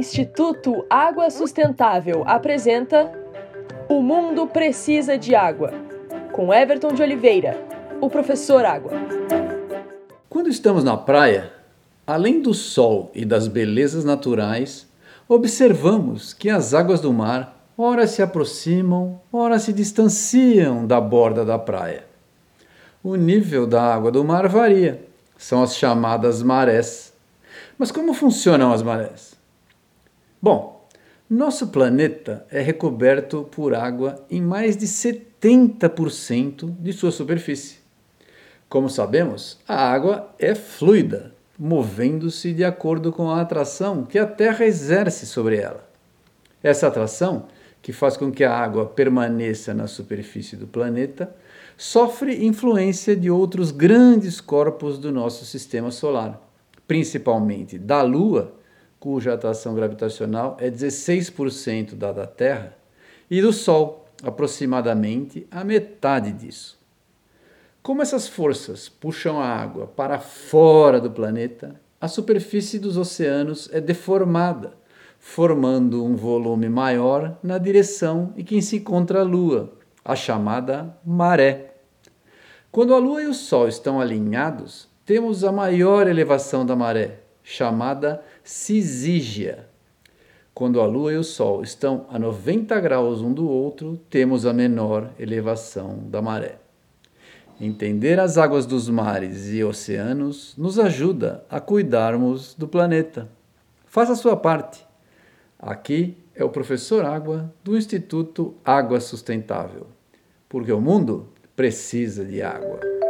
Instituto Água Sustentável apresenta O Mundo Precisa de Água, com Everton de Oliveira, o professor Água. Quando estamos na praia, além do sol e das belezas naturais, observamos que as águas do mar ora se aproximam, ora se distanciam da borda da praia. O nível da água do mar varia, são as chamadas marés. Mas como funcionam as marés? Bom, nosso planeta é recoberto por água em mais de 70% de sua superfície. Como sabemos, a água é fluida, movendo-se de acordo com a atração que a Terra exerce sobre ela. Essa atração, que faz com que a água permaneça na superfície do planeta, sofre influência de outros grandes corpos do nosso sistema solar, principalmente da Lua, cuja atração gravitacional é 16% da Terra, e do Sol, aproximadamente a metade disso. Como essas forças puxam a água para fora do planeta, a superfície dos oceanos é deformada, formando um volume maior na direção em que se encontra a Lua, a chamada maré. Quando a Lua e o Sol estão alinhados, temos a maior elevação da maré, chamada cisígia. Quando a Lua e o Sol estão a 90 graus um do outro, temos a menor elevação da maré. Entender as águas dos mares e oceanos nos ajuda a cuidarmos do planeta. Faça a sua parte. Aqui é o professor Água do Instituto Água Sustentável, porque o mundo precisa de água.